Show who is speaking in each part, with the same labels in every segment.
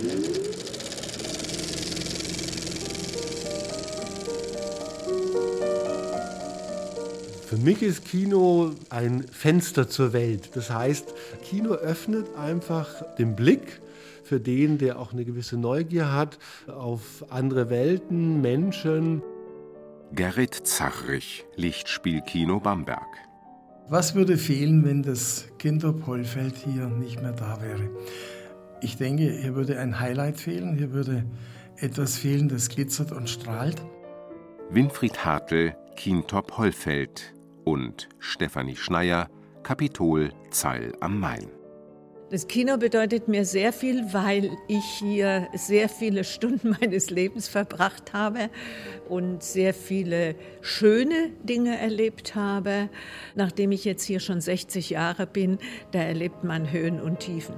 Speaker 1: Für mich ist Kino ein Fenster zur Welt. Das heißt, Kino öffnet einfach den Blick für den, der auch eine gewisse Neugier hat auf andere Welten, Menschen.
Speaker 2: Gerrit Zachrich, Lichtspielkino Bamberg.
Speaker 3: Was würde fehlen, wenn das Kintop Hollfeld hier nicht mehr da wäre? Ich denke, hier würde ein Highlight fehlen, hier würde etwas fehlen, das glitzert und strahlt.
Speaker 2: Winfried Hartl, Kintop Hollfeld und Stefanie Schneier, Kapitol Zeil am Main.
Speaker 4: Das Kino bedeutet mir sehr viel, weil ich hier sehr viele Stunden meines Lebens verbracht habe und sehr viele schöne Dinge erlebt habe. Nachdem ich jetzt hier schon 60 Jahre bin, da erlebt man Höhen und Tiefen.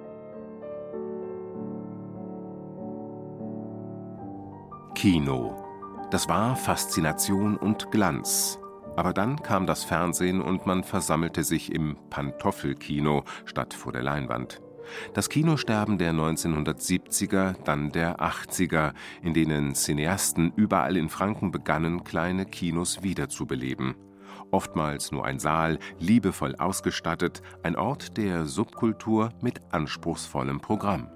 Speaker 2: Kino. Das war Faszination und Glanz. Aber dann kam das Fernsehen und man versammelte sich im Pantoffelkino statt vor der Leinwand. Das Kinosterben der 1970er, dann der 80er, in denen Cineasten überall in Franken begannen, kleine Kinos wiederzubeleben. Oftmals nur ein Saal, liebevoll ausgestattet, ein Ort der Subkultur mit anspruchsvollem Programm.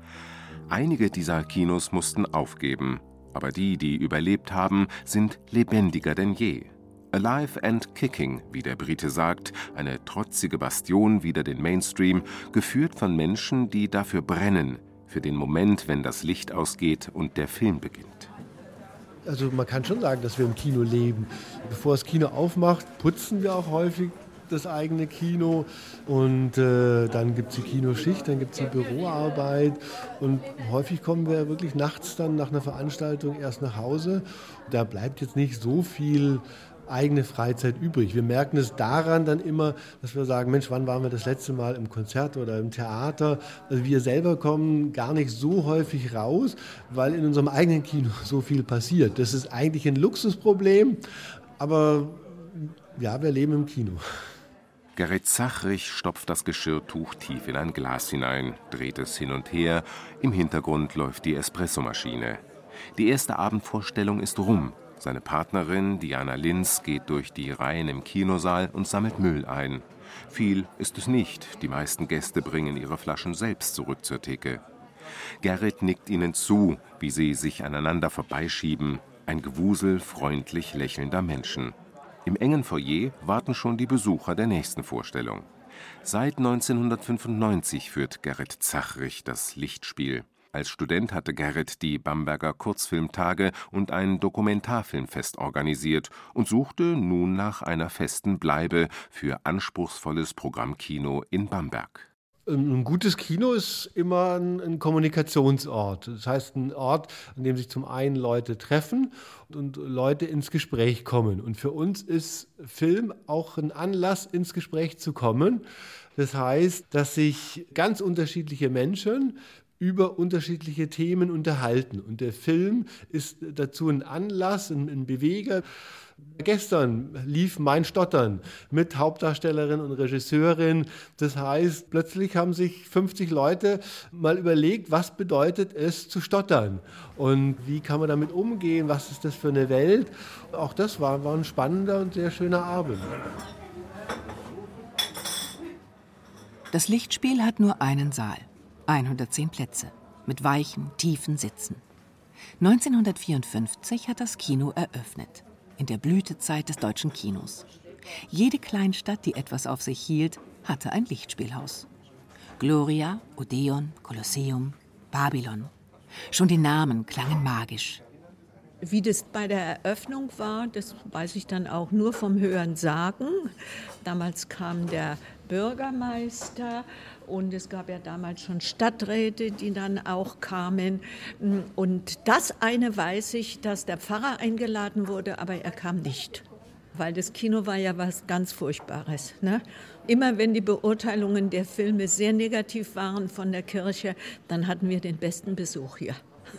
Speaker 2: Einige dieser Kinos mussten aufgeben, aber die, die überlebt haben, sind lebendiger denn je. Alive and kicking, wie der Brite sagt, eine trotzige Bastion wider den Mainstream, geführt von Menschen, die dafür brennen, für den Moment, wenn das Licht ausgeht und der Film beginnt.
Speaker 1: Also man kann schon sagen, dass wir im Kino leben. Bevor das Kino aufmacht, putzen wir auch häufig das eigene Kino und dann gibt es die Kinoschicht, dann gibt es die Büroarbeit und häufig kommen wir wirklich nachts dann nach einer Veranstaltung erst nach Hause. Da bleibt jetzt nicht so viel eigene Freizeit übrig. Wir merken es daran dann immer, dass wir sagen, Mensch, wann waren wir das letzte Mal im Konzert oder im Theater? Also wir selber kommen gar nicht so häufig raus, weil in unserem eigenen Kino so viel passiert. Das ist eigentlich ein Luxusproblem, aber ja, wir leben im Kino.
Speaker 2: Gerrit Zachrich stopft das Geschirrtuch tief in ein Glas hinein, dreht es hin und her. Im Hintergrund läuft die Espressomaschine. Die erste Abendvorstellung ist rum. Seine Partnerin Diana Linz geht durch die Reihen im Kinosaal und sammelt Müll ein. Viel ist es nicht. Die meisten Gäste bringen ihre Flaschen selbst zurück zur Theke. Gerrit nickt ihnen zu, wie sie sich aneinander vorbeischieben. Ein Gewusel freundlich lächelnder Menschen. Im engen Foyer warten schon die Besucher der nächsten Vorstellung. Seit 1995 führt Gerrit Zachrich das Lichtspiel. Als Student hatte Gerrit die Bamberger Kurzfilmtage und ein Dokumentarfilmfest organisiert und suchte nun nach einer festen Bleibe für anspruchsvolles Programmkino in Bamberg.
Speaker 1: Ein gutes Kino ist immer ein Kommunikationsort. Das heißt, ein Ort, an dem sich zum einen Leute treffen und Leute ins Gespräch kommen. Und für uns ist Film auch ein Anlass, ins Gespräch zu kommen. Das heißt, dass sich ganz unterschiedliche Menschen über unterschiedliche Themen unterhalten. Und der Film ist dazu ein Anlass, ein Beweger. Gestern lief Mein Stottern mit Hauptdarstellerin und Regisseurin. Das heißt, plötzlich haben sich 50 Leute mal überlegt, was bedeutet es zu stottern und wie kann man damit umgehen, was ist das für eine Welt. Auch das war ein spannender und sehr schöner Abend.
Speaker 5: Das Lichtspiel hat nur einen Saal. 110 Plätze mit weichen, tiefen Sitzen. 1954 hat das Kino eröffnet, in der Blütezeit des deutschen Kinos. Jede Kleinstadt, die etwas auf sich hielt, hatte ein Lichtspielhaus. Gloria, Odeon, Kolosseum, Babylon. Schon die Namen klangen magisch.
Speaker 4: Wie das bei der Eröffnung war, das weiß ich dann auch nur vom Hören sagen. Damals kam der Bürgermeister und es gab ja damals schon Stadträte, die dann auch kamen. Und das eine weiß ich, dass der Pfarrer eingeladen wurde, aber er kam nicht. Weil das Kino war ja was ganz Furchtbares, ne? Immer wenn die Beurteilungen der Filme sehr negativ waren von der Kirche, dann hatten wir den besten Besuch hier.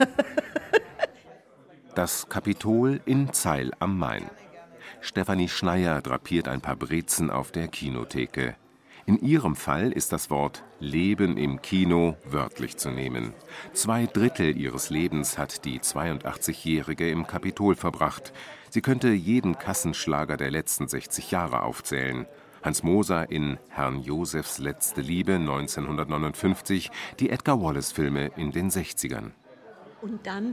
Speaker 2: Das Kapitol in Zeil am Main. Stefanie Schneier drapiert ein paar Brezen auf der Kinotheke. In ihrem Fall ist das Wort Leben im Kino wörtlich zu nehmen. 2/3 ihres Lebens hat die 82-Jährige im Kapitol verbracht. Sie könnte jeden Kassenschlager der letzten 60 Jahre aufzählen. Hans Moser in Herrn Josephs letzte Liebe 1959, die Edgar-Wallace-Filme in den 60ern.
Speaker 4: Und dann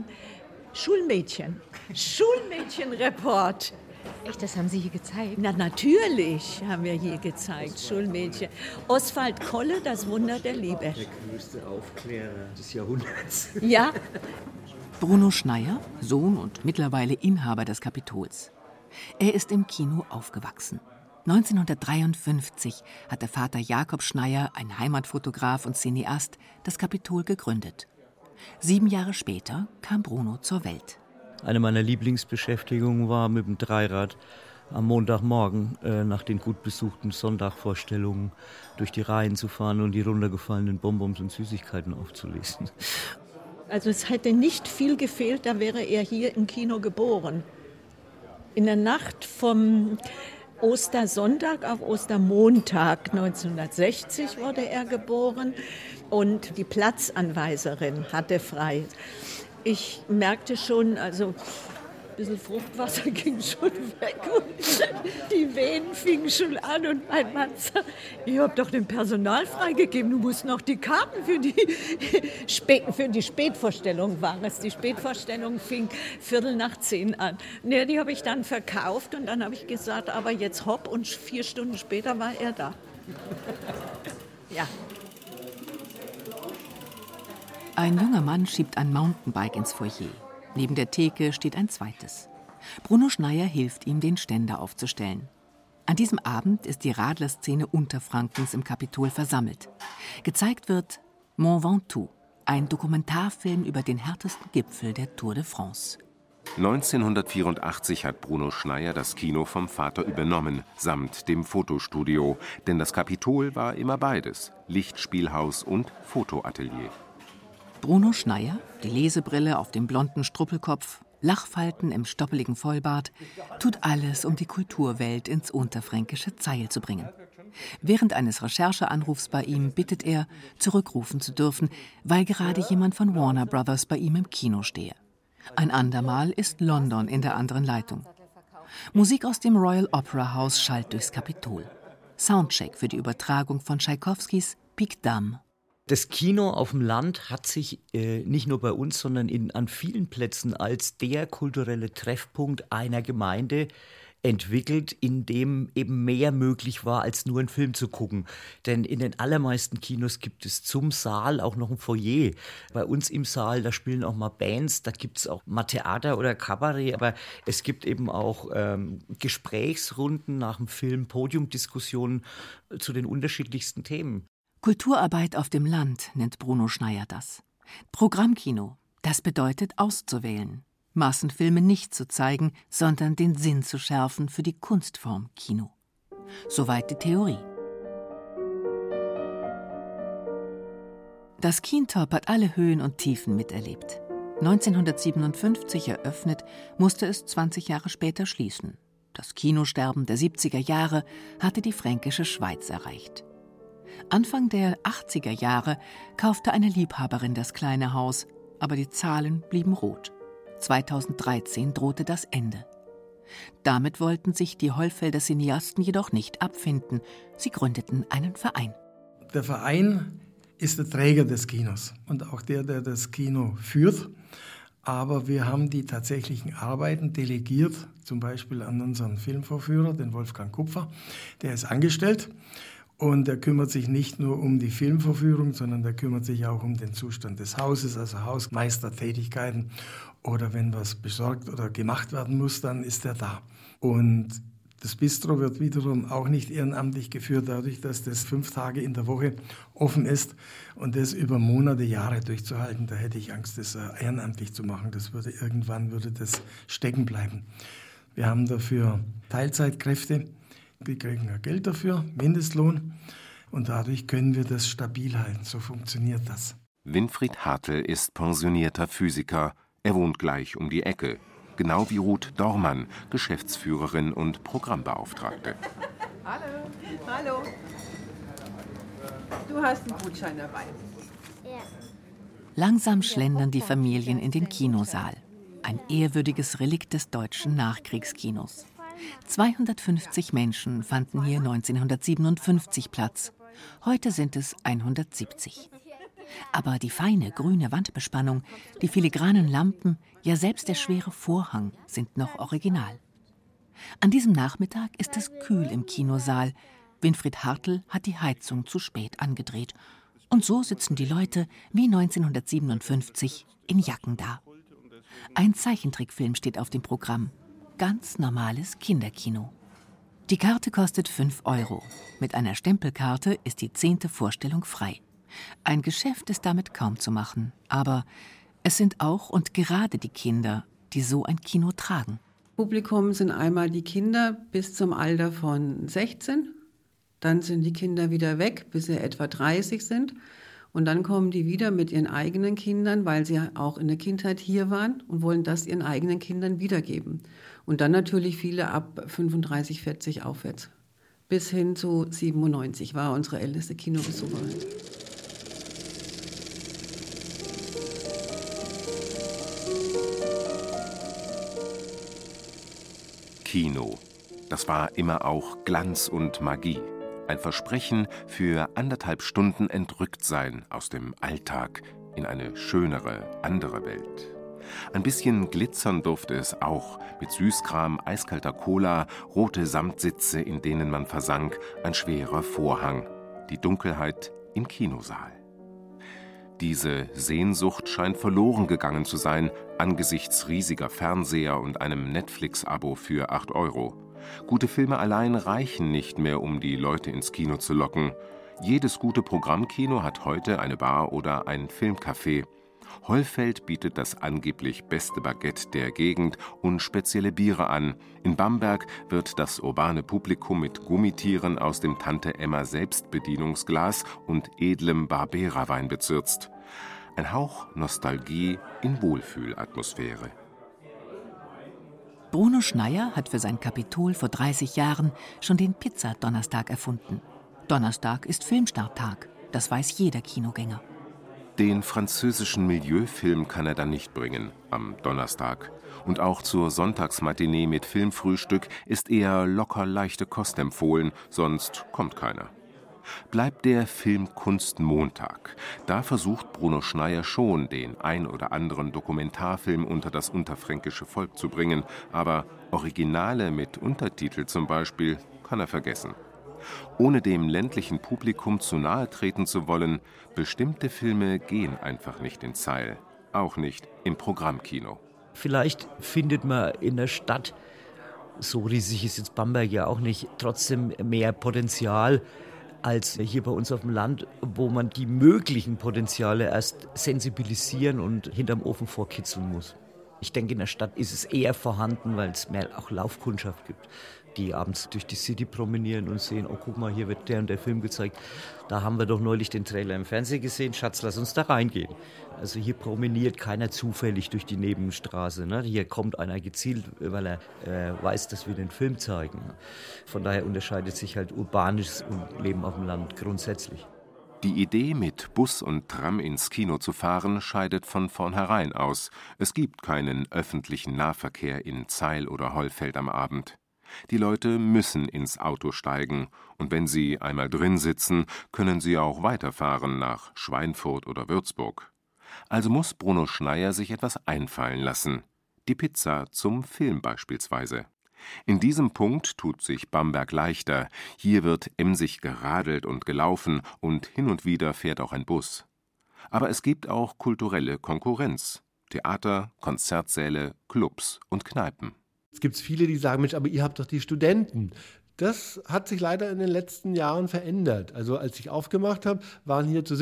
Speaker 4: Schulmädchenreport.
Speaker 6: Echt, das haben Sie hier gezeigt?
Speaker 4: Na, natürlich haben wir hier gezeigt, Schulmädchen. Oswald Kolle, das Wunder der Liebe.
Speaker 7: Der größte Aufklärer des Jahrhunderts.
Speaker 4: Ja.
Speaker 5: Bruno Schneier, Sohn und mittlerweile Inhaber des Kapitols. Er ist im Kino aufgewachsen. 1953 hat der Vater Jakob Schneier, ein Heimatfotograf und Cineast, das Kapitol gegründet. 7 Jahre später kam Bruno zur Welt.
Speaker 7: Eine meiner Lieblingsbeschäftigungen war, mit dem Dreirad am Montagmorgen nach den gut besuchten Sonntagvorstellungen durch die Reihen zu fahren und die runtergefallenen Bonbons und Süßigkeiten aufzulesen.
Speaker 4: Also es hätte nicht viel gefehlt, da wäre er hier im Kino geboren. In der Nacht vom Ostersonntag auf Ostermontag 1960 wurde er geboren und die Platzanweiserin hatte frei. Ich merkte schon, also ein bisschen Fruchtwasser ging schon weg und die Venen fingen schon an und mein Mann sagt, ich habe doch dem Personal freigegeben, du musst noch die Karten für die Spätvorstellung waren es. Die Spätvorstellung fing 9:15 an. Ne, die habe ich dann verkauft und dann habe ich gesagt, aber jetzt hopp und 4 Stunden später war er da. Ja.
Speaker 5: Ein junger Mann schiebt ein Mountainbike ins Foyer. Neben der Theke steht ein zweites. Bruno Schneier hilft ihm, den Ständer aufzustellen. An diesem Abend ist die Radlerszene Unterfrankens im Kapitol versammelt. Gezeigt wird Mont Ventoux, ein Dokumentarfilm über den härtesten Gipfel der Tour de France.
Speaker 2: 1984 hat Bruno Schneier das Kino vom Vater übernommen, samt dem Fotostudio. Denn das Kapitol war immer beides, Lichtspielhaus und Fotoatelier.
Speaker 5: Bruno Schneier, die Lesebrille auf dem blonden Struppelkopf, Lachfalten im stoppeligen Vollbart, tut alles, um die Kulturwelt ins unterfränkische Zeil zu bringen. Während eines Rechercheanrufs bei ihm bittet er, zurückrufen zu dürfen, weil gerade jemand von Warner Brothers bei ihm im Kino stehe. Ein andermal ist London in der anderen Leitung. Musik aus dem Royal Opera House schallt durchs Kapitol. Soundcheck für die Übertragung von Tschaikowskis Pic Dame.
Speaker 7: Das Kino auf dem Land hat sich nicht nur bei uns, sondern an vielen Plätzen als der kulturelle Treffpunkt einer Gemeinde entwickelt, in dem eben mehr möglich war, als nur einen Film zu gucken. Denn in den allermeisten Kinos gibt es zum Saal auch noch ein Foyer. Bei uns im Saal, da spielen auch mal Bands, da gibt es auch mal Theater oder Kabarett, aber es gibt eben auch Gesprächsrunden nach dem Film, Podiumdiskussionen zu den unterschiedlichsten Themen.
Speaker 5: Kulturarbeit auf dem Land nennt Bruno Schneier das. Programmkino, das bedeutet auszuwählen. Massenfilme nicht zu zeigen, sondern den Sinn zu schärfen für die Kunstform Kino. Soweit die Theorie. Das Kientop hat alle Höhen und Tiefen miterlebt. 1957 eröffnet, musste es 20 Jahre später schließen. Das Kinosterben der 70er Jahre hatte die fränkische Schweiz erreicht. Anfang der 80er Jahre kaufte eine Liebhaberin das kleine Haus, aber die Zahlen blieben rot. 2013 drohte das Ende. Damit wollten sich die Hollfelder Cineasten jedoch nicht abfinden. Sie gründeten einen Verein.
Speaker 3: Der Verein ist der Träger des Kinos und auch der das Kino führt. Aber wir haben die tatsächlichen Arbeiten delegiert, zum Beispiel an unseren Filmvorführer, den Wolfgang Kupfer. Der ist angestellt. Und er kümmert sich nicht nur um die Filmvorführung, sondern der kümmert sich auch um den Zustand des Hauses, also Hausmeistertätigkeiten. Oder wenn was besorgt oder gemacht werden muss, dann ist er da. Und das Bistro wird wiederum auch nicht ehrenamtlich geführt, dadurch, dass das 5 Tage in der Woche offen ist. Und das über Monate, Jahre durchzuhalten, da hätte ich Angst, das ehrenamtlich zu machen. Irgendwann würde das stecken bleiben. Wir haben dafür Teilzeitkräfte. Wir kriegen ja Geld dafür, Mindestlohn, und dadurch können wir das stabil halten. So funktioniert das.
Speaker 2: Winfried Hartl ist pensionierter Physiker. Er wohnt gleich um die Ecke. Genau wie Ruth Dormann, Geschäftsführerin und Programmbeauftragte.
Speaker 8: Hallo. Hallo. Du hast einen Gutschein dabei.
Speaker 5: Ja. Langsam schlendern die Familien in den Kinosaal. Ein ehrwürdiges Relikt des deutschen Nachkriegskinos. 250 Menschen fanden hier 1957 Platz. Heute sind es 170. Aber die feine grüne Wandbespannung, die filigranen Lampen, ja selbst der schwere Vorhang sind noch original. An diesem Nachmittag ist es kühl im Kinosaal. Winfried Hartl hat die Heizung zu spät angedreht. Und so sitzen die Leute wie 1957 in Jacken da. Ein Zeichentrickfilm steht auf dem Programm. Ganz normales Kinderkino. Die Karte kostet 5 €. Mit einer Stempelkarte ist die 10. Vorstellung frei. Ein Geschäft ist damit kaum zu machen. Aber es sind auch und gerade die Kinder, die so ein Kino tragen.
Speaker 8: Publikum sind einmal die Kinder bis zum Alter von 16. Dann sind die Kinder wieder weg, bis sie etwa 30 sind. Und dann kommen die wieder mit ihren eigenen Kindern, weil sie auch in der Kindheit hier waren und wollen das ihren eigenen Kindern wiedergeben. Und dann natürlich viele ab 35, 40 aufwärts. Bis hin zu 97 war unsere älteste Kinobesucherin.
Speaker 2: Kino. Das war immer auch Glanz und Magie. Ein Versprechen für 1,5 Stunden Entrücktsein aus dem Alltag in eine schönere, andere Welt. Ein bisschen glitzern durfte es auch, mit Süßkram, eiskalter Cola, rote Samtsitze, in denen man versank, ein schwerer Vorhang, die Dunkelheit im Kinosaal. Diese Sehnsucht scheint verloren gegangen zu sein, angesichts riesiger Fernseher und einem Netflix-Abo für 8 €. Gute Filme allein reichen nicht mehr, um die Leute ins Kino zu locken. Jedes gute Programmkino hat heute eine Bar oder ein Filmcafé. Hollfeld bietet das angeblich beste Baguette der Gegend und spezielle Biere an. In Bamberg wird das urbane Publikum mit Gummitieren aus dem Tante-Emma-Selbstbedienungsglas und edlem Barbera-Wein bezürzt. Ein Hauch Nostalgie in Wohlfühlatmosphäre.
Speaker 5: Bruno Schneier hat für sein Kapitol vor 30 Jahren schon den Pizzadonnerstag erfunden. Donnerstag ist Filmstarttag, das weiß jeder Kinogänger.
Speaker 2: Den französischen Milieufilm kann er dann nicht bringen, am Donnerstag. Und auch zur Sonntagsmatinee mit Filmfrühstück ist eher locker leichte Kost empfohlen, sonst kommt keiner. Bleibt der Filmkunstmontag. Da versucht Bruno Schneier schon, den ein oder anderen Dokumentarfilm unter das unterfränkische Volk zu bringen, aber Originale mit Untertitel zum Beispiel kann er vergessen. Ohne dem ländlichen Publikum zu nahe treten zu wollen, bestimmte Filme gehen einfach nicht ins Zeil, auch nicht im Programmkino.
Speaker 7: Vielleicht findet man in der Stadt, so riesig ist jetzt Bamberg ja auch nicht, trotzdem mehr Potenzial als hier bei uns auf dem Land, wo man die möglichen Potenziale erst sensibilisieren und hinterm Ofen vorkitzeln muss. Ich denke, in der Stadt ist es eher vorhanden, weil es mehr auch Laufkundschaft gibt, die abends durch die City promenieren und sehen, oh guck mal, hier wird der und der Film gezeigt. Da haben wir doch neulich den Trailer im Fernsehen gesehen, Schatz, lass uns da reingehen. Also hier promeniert keiner zufällig durch die Nebenstraße. Ne? Hier kommt einer gezielt, weil er weiß, dass wir den Film zeigen. Von daher unterscheidet sich halt urbanes und Leben auf dem Land grundsätzlich.
Speaker 2: Die Idee, mit Bus und Tram ins Kino zu fahren, scheidet von vornherein aus. Es gibt keinen öffentlichen Nahverkehr in Zeil oder Hollfeld am Abend. Die Leute müssen ins Auto steigen, und wenn sie einmal drin sitzen, können sie auch weiterfahren nach Schweinfurt oder Würzburg. Also muss Bruno Schneier sich etwas einfallen lassen. Die Pizza zum Film beispielsweise. In diesem Punkt tut sich Bamberg leichter. Hier wird emsig geradelt und gelaufen und hin und wieder fährt auch ein Bus. Aber es gibt auch kulturelle Konkurrenz. Theater, Konzertsäle, Clubs und Kneipen.
Speaker 1: Es gibt viele, die sagen, Mensch, aber ihr habt doch die Studenten. Das hat sich leider in den letzten Jahren verändert. Also als ich aufgemacht habe, waren hier zu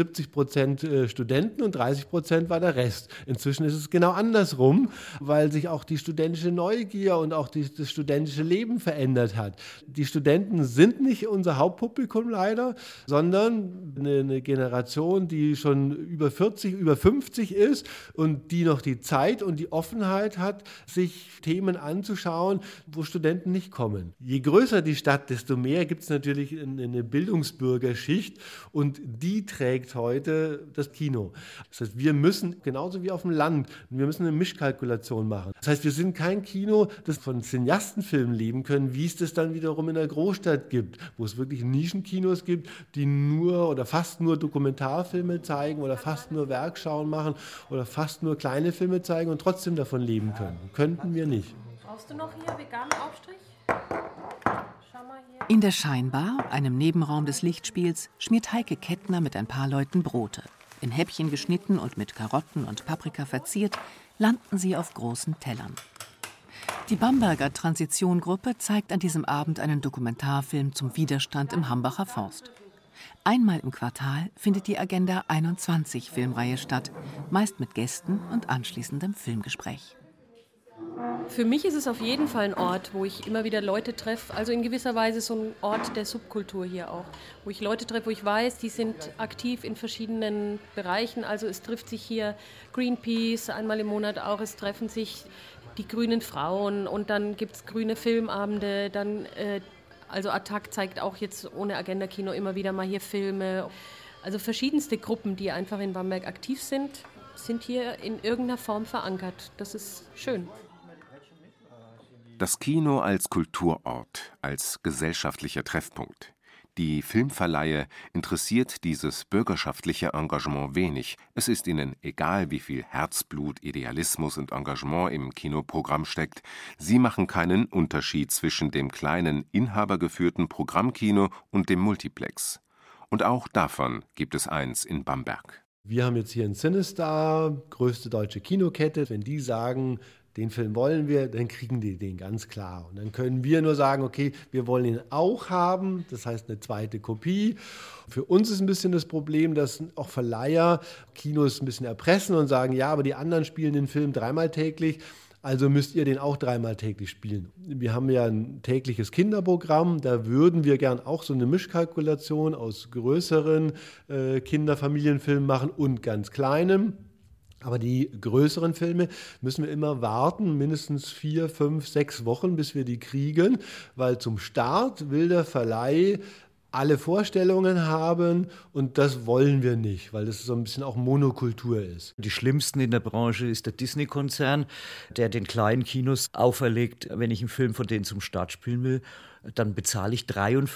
Speaker 1: 70% Studenten und 30% war der Rest. Inzwischen ist es genau andersrum, weil sich auch die studentische Neugier und auch das studentische Leben verändert hat. Die Studenten sind nicht unser Hauptpublikum leider, sondern eine Generation, die schon über 40, über 50 ist und die noch die Zeit und die Offenheit hat, sich Themen anzuschauen, wo Studenten nicht kommen. Je größer die Stadt, desto mehr gibt es natürlich eine Bildungsbürgerschicht und die trägt heute das Kino. Das heißt, wir müssen, genauso wie auf dem Land, wir müssen eine Mischkalkulation machen. Das heißt, wir sind kein Kino, das von Cineastenfilmen leben können, wie es das dann wiederum in der Großstadt gibt, wo es wirklich Nischenkinos gibt, die nur oder fast nur Dokumentarfilme zeigen oder fast nur Werkschauen machen oder fast nur kleine Filme zeigen und trotzdem davon leben können. Könnten wir nicht.
Speaker 9: Brauchst du noch hier veganen Aufstrich? Schau mal hier.
Speaker 5: In der Scheinbar, einem Nebenraum des Lichtspiels, schmiert Heike Kettner mit ein paar Leuten Brote. In Häppchen geschnitten und mit Karotten und Paprika verziert, landen sie auf großen Tellern. Die Bamberger Transition-Gruppe zeigt an diesem Abend einen Dokumentarfilm zum Widerstand im Hambacher Forst. Einmal im Quartal findet die Agenda 21 Filmreihe statt, meist mit Gästen und anschließendem Filmgespräch.
Speaker 9: Für mich ist es auf jeden Fall ein Ort, wo ich immer wieder Leute treffe. Also in gewisser Weise so ein Ort der Subkultur hier auch. Wo ich Leute treffe, wo ich weiß, die sind aktiv in verschiedenen Bereichen. Also es trifft sich hier Greenpeace einmal im Monat auch. Es treffen sich die grünen Frauen und dann gibt es grüne Filmabende. Dann, also Attac zeigt auch jetzt ohne Agenda-Kino immer wieder mal hier Filme. Also verschiedenste Gruppen, die einfach in Bamberg aktiv sind hier in irgendeiner Form verankert. Das ist schön.
Speaker 2: Das Kino als Kulturort, als gesellschaftlicher Treffpunkt. Die Filmverleihe interessiert dieses bürgerschaftliche Engagement wenig. Es ist ihnen egal, wie viel Herzblut, Idealismus und Engagement im Kinoprogramm steckt. Sie machen keinen Unterschied zwischen dem kleinen, inhabergeführten Programmkino und dem Multiplex. Und auch davon gibt es eins in Bamberg.
Speaker 1: Wir haben jetzt hier in Cinestar, größte deutsche Kinokette. Wenn die sagen, den Film wollen wir, dann kriegen die den ganz klar. Und dann können wir nur sagen, okay, wir wollen ihn auch haben, das heißt eine zweite Kopie. Für uns ist ein bisschen das Problem, dass auch Verleiher Kinos ein bisschen erpressen und sagen, ja, aber die anderen spielen den Film 3-mal täglich, also müsst ihr den auch 3-mal täglich spielen. Wir haben ja ein tägliches Kinderprogramm, da würden wir gern auch so eine Mischkalkulation aus größeren Kinderfamilienfilmen machen und ganz kleinem. Aber die größeren Filme müssen wir immer warten, mindestens 4, 5, 6 Wochen, bis wir die kriegen, weil zum Start will der Verleih alle Vorstellungen haben und das wollen wir nicht, weil das so ein bisschen auch Monokultur ist.
Speaker 7: Die schlimmsten in der Branche ist der Disney-Konzern, der den kleinen Kinos auferlegt, wenn ich einen Film von denen zum Start spielen will, dann bezahle ich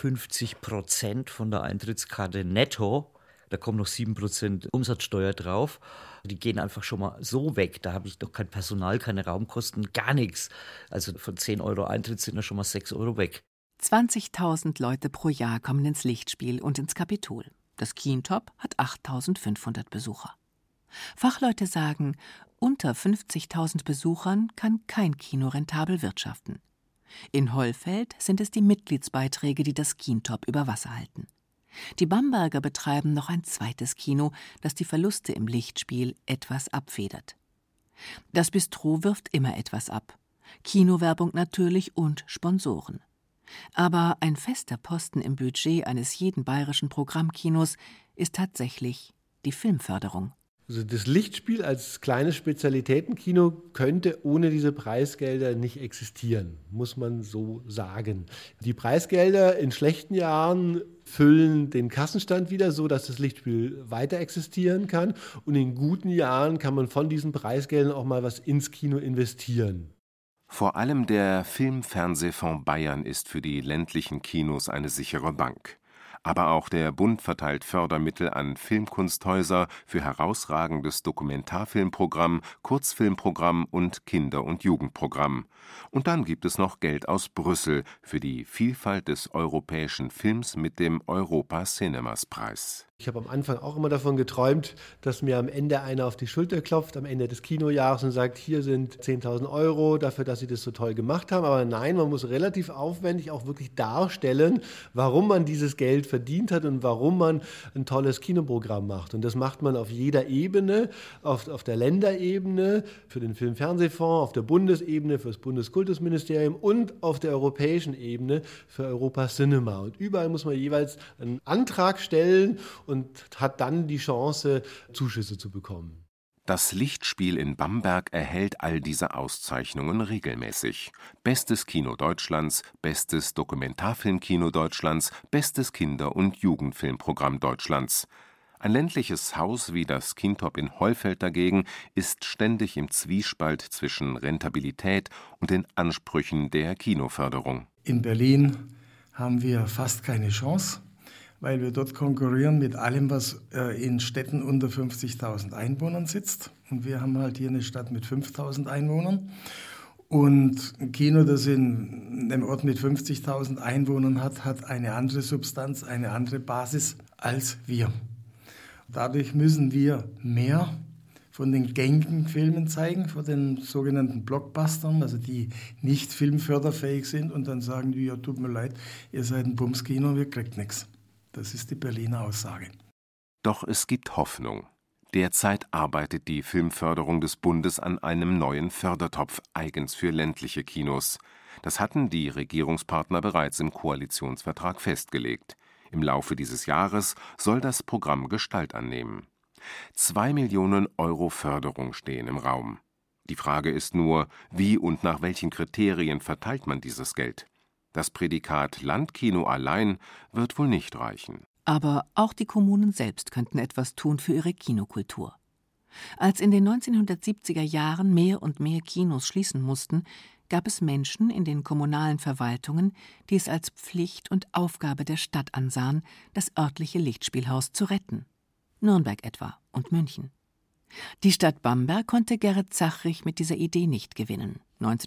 Speaker 7: 53% von der Eintrittskarte netto. Da kommen noch 7% Umsatzsteuer drauf. Die gehen einfach schon mal so weg. Da habe ich doch kein Personal, keine Raumkosten, gar nichts. Also von 10 € Eintritt sind da schon mal 6 € weg.
Speaker 5: 20.000 Leute pro Jahr kommen ins Lichtspiel und ins Kapitol. Das Kientop hat 8.500 Besucher. Fachleute sagen, unter 50.000 Besuchern kann kein Kino rentabel wirtschaften. In Hollfeld sind es die Mitgliedsbeiträge, die das Kientop über Wasser halten. Die Bamberger betreiben noch ein zweites Kino, das die Verluste im Lichtspiel etwas abfedert. Das Bistro wirft immer etwas ab. Kinowerbung natürlich und Sponsoren. Aber ein fester Posten im Budget eines jeden bayerischen Programmkinos ist tatsächlich die Filmförderung.
Speaker 1: Also das Lichtspiel als kleines Spezialitätenkino könnte ohne diese Preisgelder nicht existieren, muss man so sagen. Die Preisgelder in schlechten Jahren füllen den Kassenstand wieder, so dass das Lichtspiel weiter existieren kann. Und in guten Jahren kann man von diesen Preisgeldern auch mal was ins Kino investieren.
Speaker 2: Vor allem der Film-Fernsehfonds Bayern ist für die ländlichen Kinos eine sichere Bank. Aber auch der Bund verteilt Fördermittel an Filmkunsthäuser für herausragendes Dokumentarfilmprogramm, Kurzfilmprogramm und Kinder- und Jugendprogramm. Und dann gibt es noch Geld aus Brüssel für die Vielfalt des europäischen Films mit dem Europa Cinemas Preis.
Speaker 1: Ich habe am Anfang auch immer davon geträumt, dass mir am Ende einer auf die Schulter klopft, am Ende des Kinojahres und sagt, hier sind 10.000 € dafür, dass Sie das so toll gemacht haben. Aber nein, man muss relativ aufwendig auch wirklich darstellen, warum man dieses Geld verdient hat und warum man ein tolles Kinoprogramm macht. Und das macht man auf jeder Ebene, auf der Länderebene, für den Film-Fernsehfonds, auf der Bundesebene, für das Bundeskultusministerium und auf der europäischen Ebene für Europa Cinema. Und überall muss man jeweils einen Antrag stellen und hat dann die Chance, Zuschüsse zu bekommen.
Speaker 2: Das Lichtspiel in Bamberg erhält all diese Auszeichnungen regelmäßig. Bestes Kino Deutschlands, bestes Dokumentarfilmkino Deutschlands, bestes Kinder- und Jugendfilmprogramm Deutschlands. Ein ländliches Haus wie das Kintop in Heufeld dagegen ist ständig im Zwiespalt zwischen Rentabilität und den Ansprüchen der Kinoförderung.
Speaker 3: In Berlin haben wir fast keine Chance, weil wir dort konkurrieren mit allem, was in Städten unter 50.000 Einwohnern sitzt. Und wir haben halt hier eine Stadt mit 5.000 Einwohnern. Und ein Kino, das in einem Ort mit 50.000 Einwohnern hat eine andere Substanz, eine andere Basis als wir. Dadurch müssen wir mehr von den gängigen Filmen zeigen, von den sogenannten Blockbustern, also die nicht filmförderfähig sind. Und dann sagen die, ja, tut mir leid, ihr seid ein Bumskino, wir kriegt nichts. Das ist die Berliner Aussage.
Speaker 2: Doch es gibt Hoffnung. Derzeit arbeitet die Filmförderung des Bundes an einem neuen Fördertopf eigens für ländliche Kinos. Das hatten die Regierungspartner bereits im Koalitionsvertrag festgelegt. Im Laufe dieses Jahres soll das Programm Gestalt annehmen. 2 Millionen Euro Förderung stehen im Raum. Die Frage ist nur, wie und nach welchen Kriterien verteilt man dieses Geld? Das Prädikat Landkino allein wird wohl nicht reichen.
Speaker 5: Aber auch die Kommunen selbst könnten etwas tun für ihre Kinokultur. Als in den 1970er Jahren mehr und mehr Kinos schließen mussten, gab es Menschen in den kommunalen Verwaltungen, die es als Pflicht und Aufgabe der Stadt ansahen, das örtliche Lichtspielhaus zu retten. Nürnberg etwa und München. Die Stadt Bamberg konnte Gerrit Zachrich mit dieser Idee nicht gewinnen,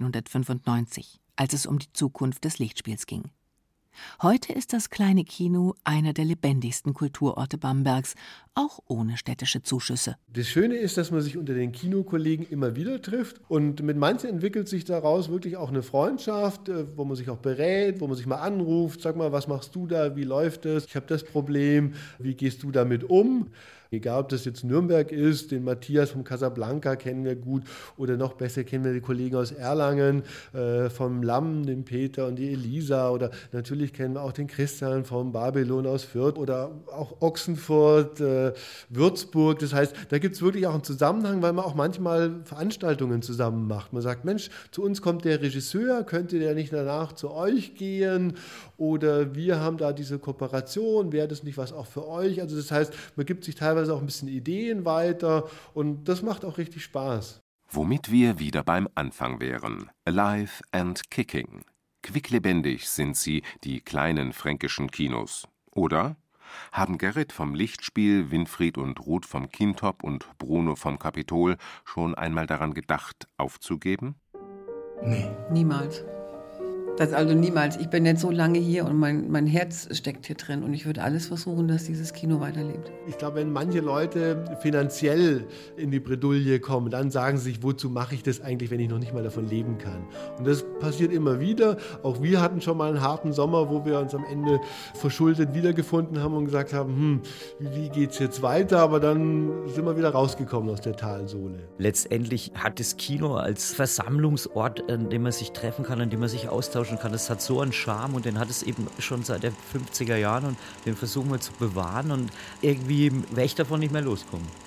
Speaker 5: 1995. Als es um die Zukunft des Lichtspiels ging. Heute ist das kleine Kino einer der lebendigsten Kulturorte Bambergs, auch ohne städtische Zuschüsse.
Speaker 1: Das Schöne ist, dass man sich unter den Kinokollegen immer wieder trifft und mit manchen entwickelt sich daraus wirklich auch eine Freundschaft, wo man sich auch berät, wo man sich mal anruft, sag mal, was machst du da, wie läuft das, ich habe das Problem, wie gehst du damit um? Egal, ob das jetzt Nürnberg ist, den Matthias vom Casablanca kennen wir gut oder noch besser kennen wir die Kollegen aus Erlangen, vom Lamm, den Peter und die Elisa oder natürlich kennen wir auch den Christian vom Babylon aus Fürth oder auch Ochsenfurt, Würzburg. Das heißt, da gibt es wirklich auch einen Zusammenhang, weil man auch manchmal Veranstaltungen zusammen macht. Man sagt, Mensch, zu uns kommt der Regisseur, könnte der nicht danach zu euch gehen? Oder wir haben da diese Kooperation, wäre das nicht was auch für euch? Also das heißt, man gibt sich teilweise auch ein bisschen Ideen weiter und das macht auch richtig Spaß.
Speaker 2: Womit wir wieder beim Anfang wären. Alive and kicking. Quicklebendig sind sie, die kleinen fränkischen Kinos. Oder? Haben Gerrit vom Lichtspiel, Winfried und Ruth vom Kintop und Bruno vom Kapitol schon einmal daran gedacht, aufzugeben?
Speaker 3: Nee.
Speaker 8: Niemals. Das also niemals. Ich bin jetzt so lange hier und mein Herz steckt hier drin und ich würde alles versuchen, dass dieses Kino weiterlebt.
Speaker 1: Ich glaube, wenn manche Leute finanziell in die Bredouille kommen, dann sagen sie sich, wozu mache ich das eigentlich, wenn ich noch nicht mal davon leben kann? Und das passiert immer wieder. Auch wir hatten schon mal einen harten Sommer, wo wir uns am Ende verschuldet wiedergefunden haben und gesagt haben, wie geht's jetzt weiter? Aber dann sind wir wieder rausgekommen aus der Talsohle.
Speaker 7: Letztendlich hat das Kino als Versammlungsort, an dem man sich treffen kann, an dem man sich austauschen kann, das hat so einen Charme und den hat es eben schon seit den 50er Jahren und den versuchen wir zu bewahren und irgendwie werde ich davon nicht mehr loskommen.